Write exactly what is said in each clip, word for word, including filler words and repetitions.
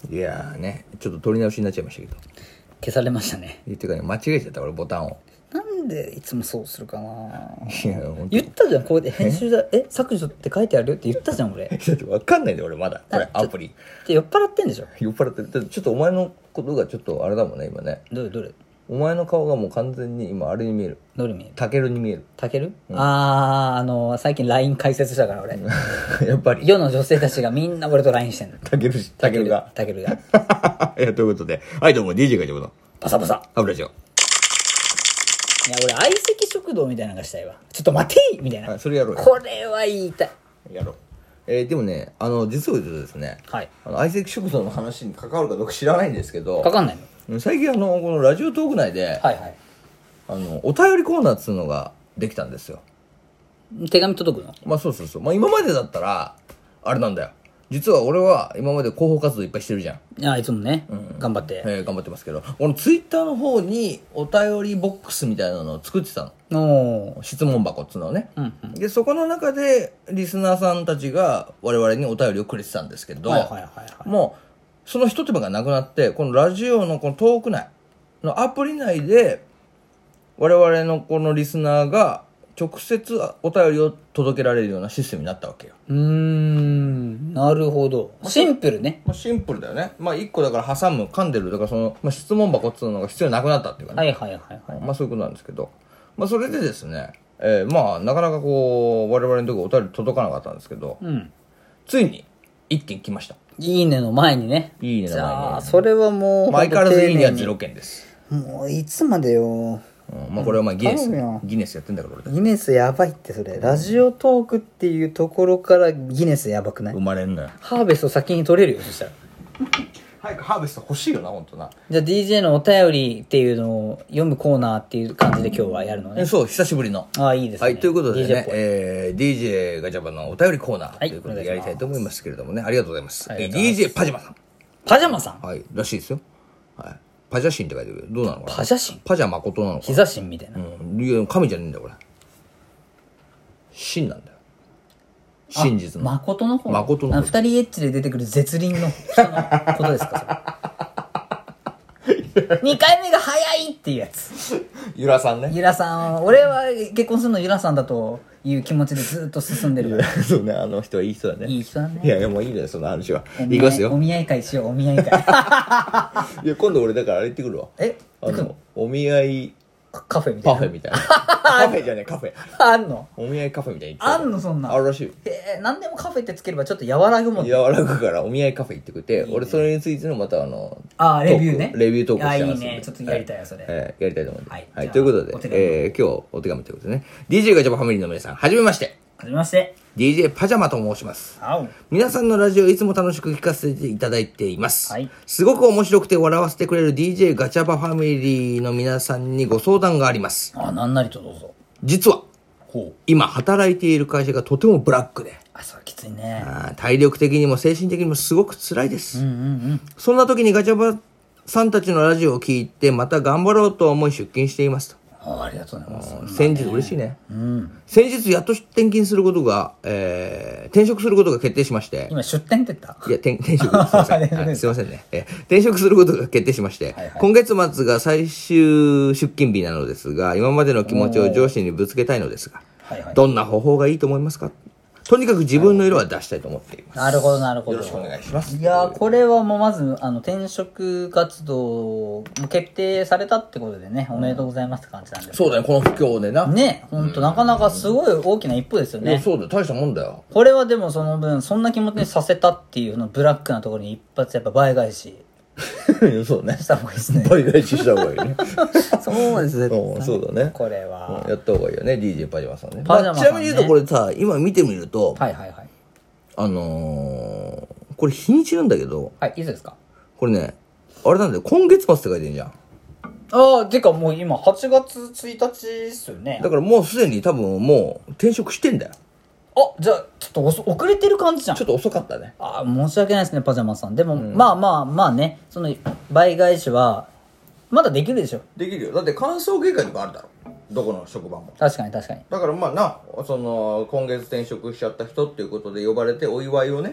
いやーね、ちょっと取り直しになっちゃいましたけど。 消されましたね。 っていうかね、間違えちゃった俺ボタンを。 なんでいつもそうするかな。 いや本当言ったじゃん、こうで編集だえ削除って書いてあるよって言ったじゃん俺。 だって分かんないんだよ俺まだこれアプリで酔っ払ってんでしょ。 酔っ払ってる。だってちょっとお前のことがちょっとあれだもんね今ね。 どれどれお前の顔がもう完全に今あれに見える。 どれ見える？ タケルに見える。 タケル、うん、あーあの最近 ライン 開設したから俺やっぱり世の女性たちがみんな俺と ライン してんの。 タケルしタケルがタケルがいやということで、はいどうも ディージェー ガチャバのパサパサハブラジオ。 いや俺相席食堂みたいなのがしたいわ。ちょっと待ていみたいな、 はい、それやろうよ。 これは言いたい。 やろう。えー、でもね、あの実を言うとですね、 はい、 あの相席食堂の話に関わるかどうか知らないんですけど、 かかんないの。 最近あのこのラジオトーク内で、 はいはい、 あのお便りコーナーっつうのができたんですよ。 手紙届くの？ まあそうそうそう。まあ今までだったらあれなんだよ。実は俺は今まで広報活動いっぱいしてるじゃん。 いやいつもね、うん、頑張って、 えー、頑張ってますけど、このツイッターの方にお便りボックスみたいなのを作ってたの。質問箱っつうのをね、うんうん、でそこの中でリスナーさんたちが我々にお便りをくれてたんですけど、はいはいはいはい、もうその一手間がなくなって、このラジオのこのトーク内のアプリ内で我々のこのリスナーが直接お便りを届けられるようなシステムになったわけよ。 うーん、なるほど。シンプルね。 まあ、シンプルだよね。まあ一個だから挟む噛んでるだからその、まあ、質問箱っていうのが必要なくなったっていうかね。 はいはいはいはい。 まあそういうことなんですけど、まあそれでですね、えー、まあなかなかこう我々のところお便り届かなかったんですけど、うん、ついに一件来ました。 いいねの前にね。 いいねの前に、ね。 じゃあそれはもう、 まあ、相変わらずいいねはゼロ件です。 もういつまでよ。 うん、まあこれはまあギネス、ギネスやってんだから俺。 ギネスやばいってそれ、うん、ラジオトークっていうところからギネスやばくない？ 生まれんのよ。 ハーベスト先に取れるよそしたら。 早くハーベスト欲しいよな本当な。 じゃあ ディージェー のお便りっていうのを読むコーナーっていう感じで今日はやるのね。 そう久しぶりの。 ああいいですね。 はいということでね、ディージェー、えー、ディージェー ガチャバのお便りコーナーということでやりたいと思いますけれどもね、はい、ありがとうございます。えー、ディージェー パジャマさん。 パジャマさん。 はいらしいですよ。はい。パジャシンって書いてるけどどうなのかな。 パジャシン。 パジャ誠なのかな。 膝神みたいな。 うん。いや神じゃねえんだよこれ。神なんだよ。真実の。 誠の方。 誠の方。 二人エッチで出てくる絶倫の人のことですかそれ。二回目が早いっていうやつ。 ゆらさんね。 ゆらさん、俺は結婚するのゆらさんだという気持ちでずっと進んでるから。 そうね、あの人はいい人だね。 いい人だね。 いやいやもういいねその話は。いきますよ。 お見合い会しようお見合い会。 いや今度俺だからあれ行ってくるわ。 え？ あのお見合いカフェみたいな。 パフェみたいな。カフェじゃねえカフェ。 あんの？ お見合いカフェみたいにあんのそんな。 あるらしいよ。 えー、なんでもカフェってつければちょっと和らぐもんね。 和らぐからお見合いカフェ行ってくれて、いいね、俺それについてのまたあのあーレビューね。 レビュートークしてますんで。 あいいねちょっとやりたいよそれ。 はい、はい、やりたいと思うんで。はい、はい、ということで、えー、今日お手紙ということでね、ディージェー ガチャバファミリーの皆さんはじめまして。 はじめまして。 ディージェー パジャマと申します。皆さんのラジオいつも楽しく聞かせていただいています。はい、すごく面白くて笑わせてくれる ディージェー ガチャバファミリーの皆さんにご相談があります。 あ、なんなりとどうぞ。 実は、今働いている会社がとてもブラックで。 あ、それきついね。 あ体力的にも精神的にもすごく辛いです。 うんうんうん、 そんな時にガチャバさんたちのラジオを聞いてまた頑張ろうと思い出勤していますと。 あ, ありがとうございます。 先日、嬉しいね、 うん、 先日やっと転勤することが、えー、転職することが決定しまして。 今出店って言った？ いや転転職すいません、はい、すいませんね、えー、転職することが決定しまして、はいはい、今月末が最終出勤日なのですが今までの気持ちを上司にぶつけたいのですが、はいはい、どんな方法がいいと思いますか？とにかく自分の色は出したいと思っています。 なるほどなるほど。 よろしくお願いします。 いやーこれはもうまずあの転職活動も決定されたってことでね、おめでとうございますって感じなんです。 そうだね、この不況でなね、ほんとなかなかすごい大きな一歩ですよね。 いやそうだよ、大したもんだよ。 これはでもその分そんな気持ちにさせたっていうのブラックなところに一発やっぱ倍返しそうね、 した方がいいですね。 倍返しした方がいいね。 そうですね。そうだね。 これは、 うん、やった方がいいよね、ディージェー パジャマさんね。 パジャマさんね、 まあ、ちなみに言うとこれさ、今見てみると、 はいはいはい。 あのー、これ日にちなんだけど、 はい、いつですか？ これね、あれなんだよ、今月末って書いてんじゃん。 ああ、てかもう今はちがつついたちっすよね。 だからもうすでに多分もう転職してんだよ。 あ、じゃあちょっと遅遅れてる感じじゃん。 ちょっと遅かったね。 ああ、申し訳ないですねパジャマさん。でも、うん、まあまあまあね、その倍返しはまだできるでしょ。 できるよ。だって歓送迎会とかあるだろ、どこの職場も。 確かに確かに。 だからまあな、その今月転職しちゃった人っていうことで呼ばれてお祝いをね、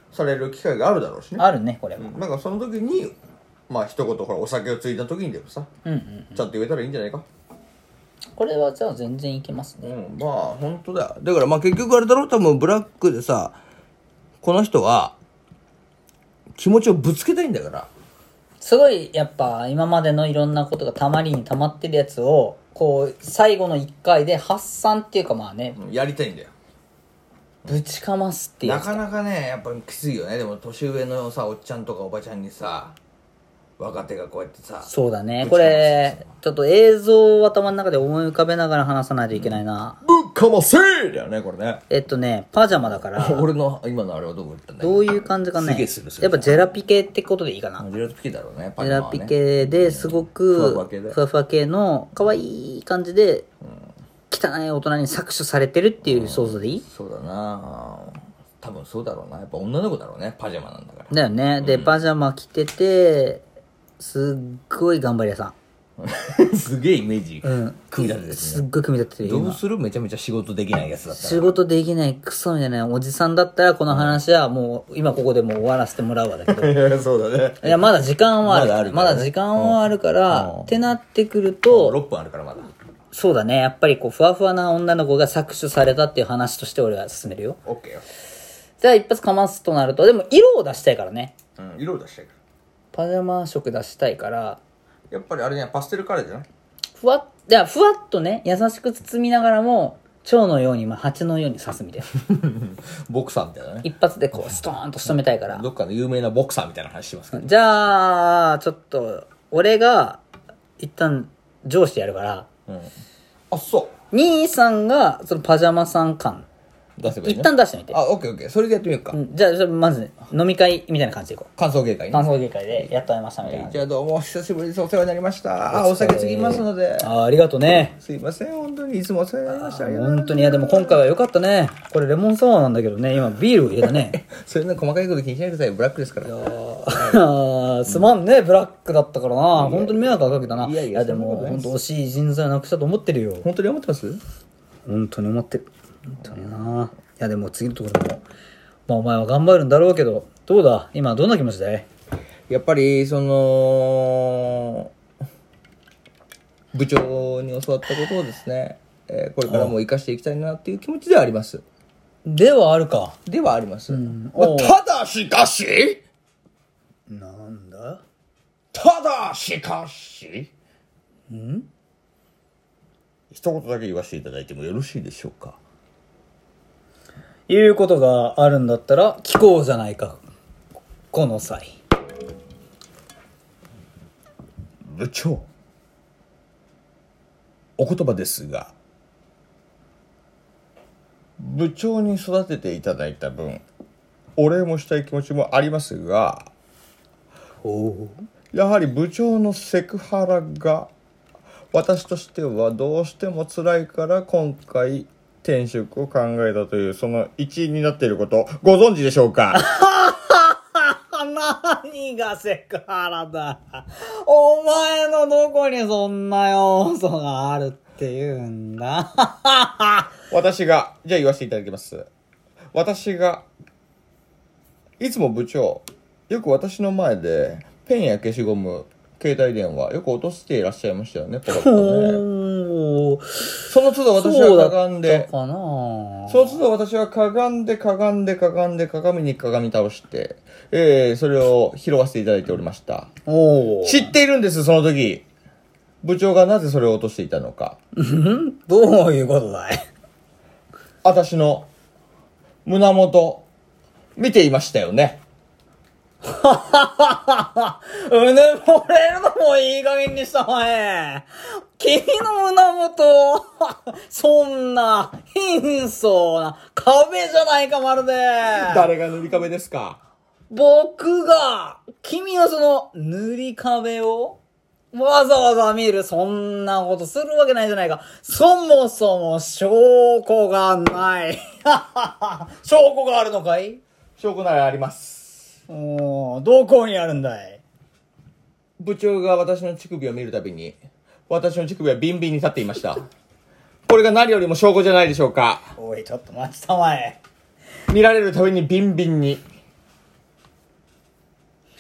される機会があるだろうしね。 あるね、これは。 うん、なんかその時にまあ一言ほらお酒をついた時にでもさ、 うんうん、 ちゃんと言えたらいいんじゃないか。 これはじゃあ全然いけますね。 うん、まあ本当だよ。だからまあ結局あれだろう、多分ブラックでさ、この人は気持ちをぶつけたいんだから。 すごいやっぱ今までのいろんなことがたまりにたまってるやつをこう最後のいっかいで発散っていうかまあね、 やりたいんだよ。 ぶちかますっていうなかなかねやっぱきついよね。でも年上のさおっちゃんとかおばちゃんにさ、若手がこうやってさ、 そうだね、これちょっと映像を頭の中で思い浮かべながら話さないといけないな。 ぶっかませーだよねこれね。 えっとねパジャマだから俺の今のあれはどこ行ったんだどういう感じかね。 すげえするするやっぱジェラピケってことでいいかな。 ジェラピケだろうね。パジェラジャマはねピケですごくふわふわ系でふわふわ系の可愛い感じで汚い大人に搾取されてるっていう想像でいい？ そうだな、多分そうだろうな。やっぱ女の子だろうね、パジャマなんだから。 だよね。で、パジャマ着ててすっごい頑張り屋さんすげえイメージうん組み立てですね。 すっごい組み立ててるど今うする？めちゃめちゃ仕事できないやつだったら。 仕事できないクソみたいなおじさんだったらこの話はもう今ここでもう終わらせてもらうわだけどいやそうだね。 いやまだ時間はあるまだあるからねまだ時間はあるから、 うんってなってくると、 ろっぷんあるからまだ。 そうだねやっぱりこうふわふわな女の子が搾取されたっていう話として俺は進めるよ。 オッケーよ。 じゃあ一発かますとなるとでも色を出したいからね。 うん、色を出したいかパジャマ色出したいからら。やっぱりあれね、パステルカラーじゃない？ ふわっいやふわっとね優しく包みながらも蝶のように、まあ、蜂のように刺すみたいなボクサーみたいなね。 一発でこうストーンと仕留めたいからどっかの有名なボクサーみたいな話してますけど。 じゃあちょっと俺が一旦上司やるからうん。あ、そ兄さんがそのパジャマさん感う。出せばいいね。 一旦出してみて。 あ、オッケーオッケー。それでやってみようか。 うんじゃあじゃあまずね飲み会みたいな感じでいこう。 感想芸会ね。 感想芸会でやっと会いましたみたいな感じじゃあどうも久しぶりです。お世話になりました。あ、お酒つぎますので。 あありがとうね。 すいません、本当にいつもお世話になりました。ありがとうございます本当にいやでも今回は良かったね。これレモンサワーなんだけどね今ビールを入れたねそういうの細かいこと気にしないでください。ブラックですから。 あーすまんね、ブラックだったからな。本当に迷惑はかけたな。いいやいやでもそんなことないです本当惜しい人材なくしたと思ってるよ。 本当に思ってます？ 本当に思ってる。本当にな。いやでも次のところでもまあお前は頑張るんだろうけどどうだ今どんな気持ちだい？ やっぱりその部長に教わったことをですね、えーこれからも生かしていきたいなっていう気持ちではあります。 ではあるか。 ではあります。 んまあおうただしかし、 なんだただしかし、ん？一言だけ言わせていただいてもよろしいでしょうか。 いうことがあるんだったら聞こうじゃないかこの際。 部長、お言葉ですが、部長に育てていただいた分お礼もしたい気持ちもありますが、 おやはり部長のセクハラが私としてはどうしても辛いから今回転職を考えたというその一因になっていることご存知でしょうか？ 何がセクハラだ。お前のどこにそんな要素があるって言うんだ。 私がじゃあ言わせていただきます。私がいつも部長よく私の前でペンや消しゴム携帯電話よく落としていらっしゃいましたよね、ポカポカね。 おーその都度私はかがんでそうだったかな。 その都度私はかがんでかがんでかがんで鏡に鏡倒して、えー、それを拾わせていただいておりました。 おー知っているんです、その時。部長がなぜそれを落としていたのか。 んどういうことだい？ 私の胸元、見ていましたよね。 うぬぼれるのもいい加減にしたまえ。君の胸元、そんな貧相な壁じゃないかまるで。 誰が塗り壁ですか？ 僕が、君はその塗り壁をわざわざ見る、そんなことするわけないじゃないか。そもそも証拠がない。証拠があるのかい？ 証拠ならあります。 おー、どこにあるんだい？ 部長が私の乳首を見るたびに、私の乳首はビンビンに立っていました。これが何よりも証拠じゃないでしょうか。 おい、ちょっと待ちたまえ。 見られるたびにビンビンに。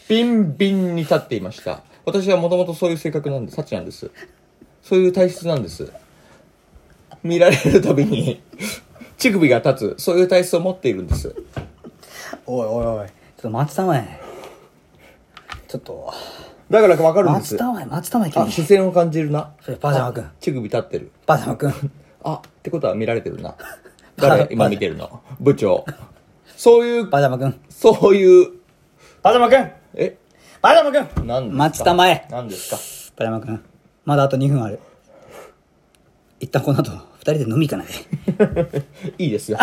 ビンビンに立っていました。私はもともとそういう性格なんです。サチなんです。そういう体質なんです。見られるたびに乳首が立つ、そういう体質を持っているんです。 おいおいおい、ちょっと待ちたまえ。ちょっとだから分かるんです。 待ちたまえ待ちたまえ。 あ、視線を感じるな。 それパジャマくん。 乳首立ってる。 パジャマくん。 あ、ってことは見られてるな。誰今見てるの？部長。そういうパジャマくん。 そういうパジャマくん。 えパジャマくん。 何ですか？ 待ちたまえ。 何ですか？ パジャマくん、まだあとにふんある。一旦この後ふたりで飲み行かないで。 いいですよ。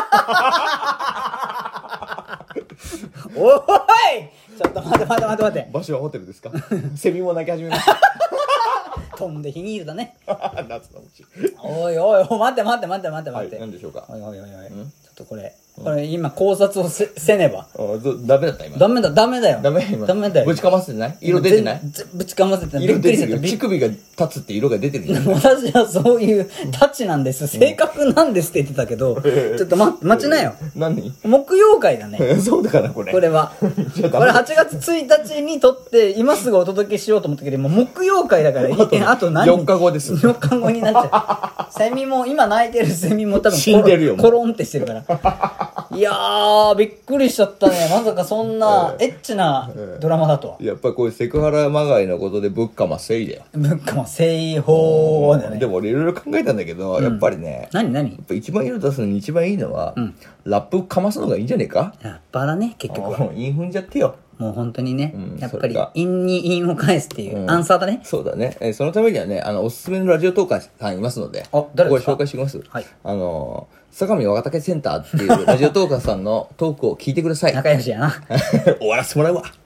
おい、ちょっと待って待って待って待って。 場所はホテルですか？セミも鳴き始めました。 飛んで火にいるだね。 夏のうち。 おいおいおい、待って待って待って待って待って。 はい、何でしょうか？ おいおいおいおい、ちょっとこれこれ今考察をせせねば。 あ、ダメだった今。 ダメだダメだよ。 ダメ今。 ダメだよ。 ぶちかませてない？色出てない？ ぶちかませてない。 色出てるよ。 びっくりし乳首が立つって色が出てるよ。 私はそういうタッチなんです、性格なんですって言ってたけど、ちょっとま待ちなよ。 何？ 木曜会だね。 そうだからこれ。 これは。これはちがつついたちにとって今すぐお届けしようと思ったけど、もう木曜会だから、あと、あと何？ よっかごです。 よっかごになっちゃう。セミも、今泣いてるセミも多分死んでるよコロンってしてるから。いやー、びっくりしちゃったね。まさかそんなエッチなドラマだとは。 やっぱりこういうセクハラまがいのことでぶっかませいだよ。 ぶっかま製法だね。 でも俺いろいろ考えたんだけど、やっぱりね、 何何？ やっぱ一番色出すのに一番いいのは、ラップかますのがいいんじゃねえか？ ラッパーだね、結局は。 もう韻踏んじゃってよ。 もう本当にね、 うんやっぱりそれか陰に陰を返すっていうアンサーだね。 そうだね。えーそのためにはね、あの、おすすめのラジオトーカーさんいますので、 あ誰ですか？ ここで紹介していきます。 はいあのー、相模若竹センターっていうラジオトーカーさんのトークを聞いてください。 仲良しやな。 終わらせてもらうわ。